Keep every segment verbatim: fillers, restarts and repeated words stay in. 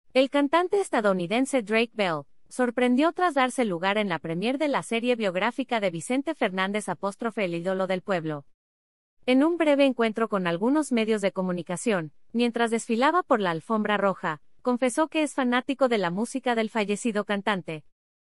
El cantante estadounidense Drake Bell sorprendió tras darse lugar en la premier de la serie biográfica de Vicente Fernández apóstrofe el ídolo del pueblo. En un breve encuentro con algunos medios de comunicación, mientras desfilaba por la alfombra roja, confesó que es fanático de la música del fallecido cantante.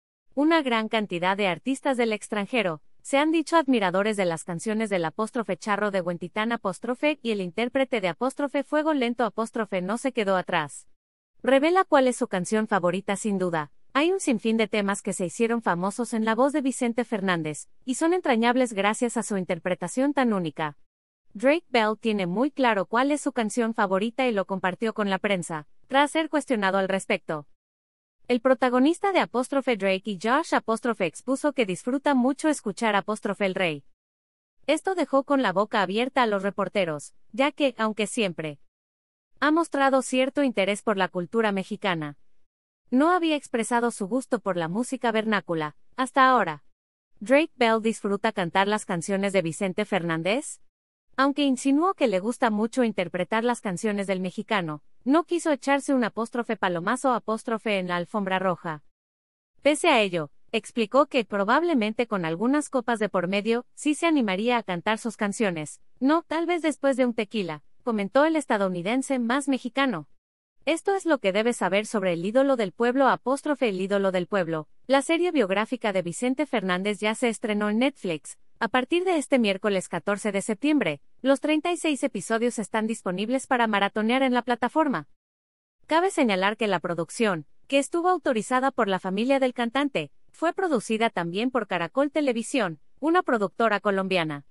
Una gran cantidad de artistas del extranjero se han dicho admiradores de las canciones del apóstrofe Charro de Huentitán apóstrofe y el intérprete de apóstrofe Fuego Lento apóstrofe no se quedó atrás. Revela cuál es su canción favorita sin duda. Hay un sinfín de temas que se hicieron famosos en la voz de Vicente Fernández, y son entrañables gracias a su interpretación tan única. Drake Bell tiene muy claro cuál es su canción favorita y lo compartió con la prensa, tras ser cuestionado al respecto. El protagonista de apóstrofe Drake y Josh apóstrofe expuso que disfruta mucho escuchar apóstrofe el rey. Esto dejó con la boca abierta a los reporteros, ya que, aunque siempre ha mostrado cierto interés por la cultura mexicana, no había expresado su gusto por la música vernácula, hasta ahora. ¿Drake Bell disfruta cantar las canciones de Vicente Fernández? Aunque insinuó que le gusta mucho interpretar las canciones del mexicano, no quiso echarse un apóstrofe palomazo apóstrofe en la alfombra roja. Pese a ello, explicó que probablemente con algunas copas de por medio, sí se animaría a cantar sus canciones, no, tal vez después de un tequila, comentó el estadounidense más mexicano. Esto es lo que debes saber sobre el ídolo del pueblo apóstrofe el ídolo del pueblo. La serie biográfica de Vicente Fernández ya se estrenó en Netflix. A partir de este miércoles catorce de septiembre, los treinta y seis episodios están disponibles para maratonear en la plataforma. Cabe señalar que la producción, que estuvo autorizada por la familia del cantante, fue producida también por Caracol Televisión, una productora colombiana.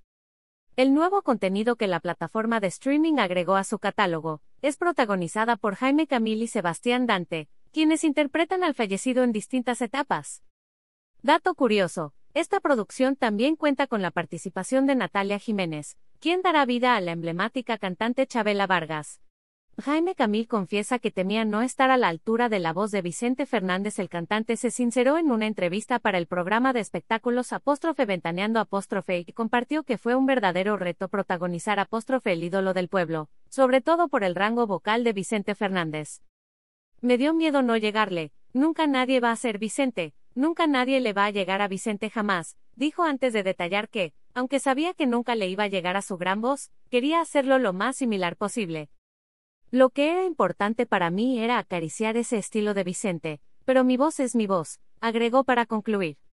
El nuevo contenido que la plataforma de streaming agregó a su catálogo es protagonizada por Jaime Camil y Sebastián Dante, quienes interpretan al fallecido en distintas etapas. Dato curioso, esta producción también cuenta con la participación de Natalia Jiménez, quien dará vida a la emblemática cantante Chabela Vargas. Jaime Camil confiesa que temía no estar a la altura de la voz de Vicente Fernández. El cantante se sinceró en una entrevista para el programa de espectáculos apóstrofe Ventaneando apóstrofe y compartió que fue un verdadero reto protagonizar apóstrofe el ídolo del pueblo, sobre todo por el rango vocal de Vicente Fernández. Me dio miedo no llegarle, nunca nadie va a ser Vicente, nunca nadie le va a llegar a Vicente jamás, dijo antes de detallar que, aunque sabía que nunca le iba a llegar a su gran voz, quería hacerlo lo más similar posible. Lo que era importante para mí era acariciar ese estilo de Vicente, pero mi voz es mi voz, agregó para concluir.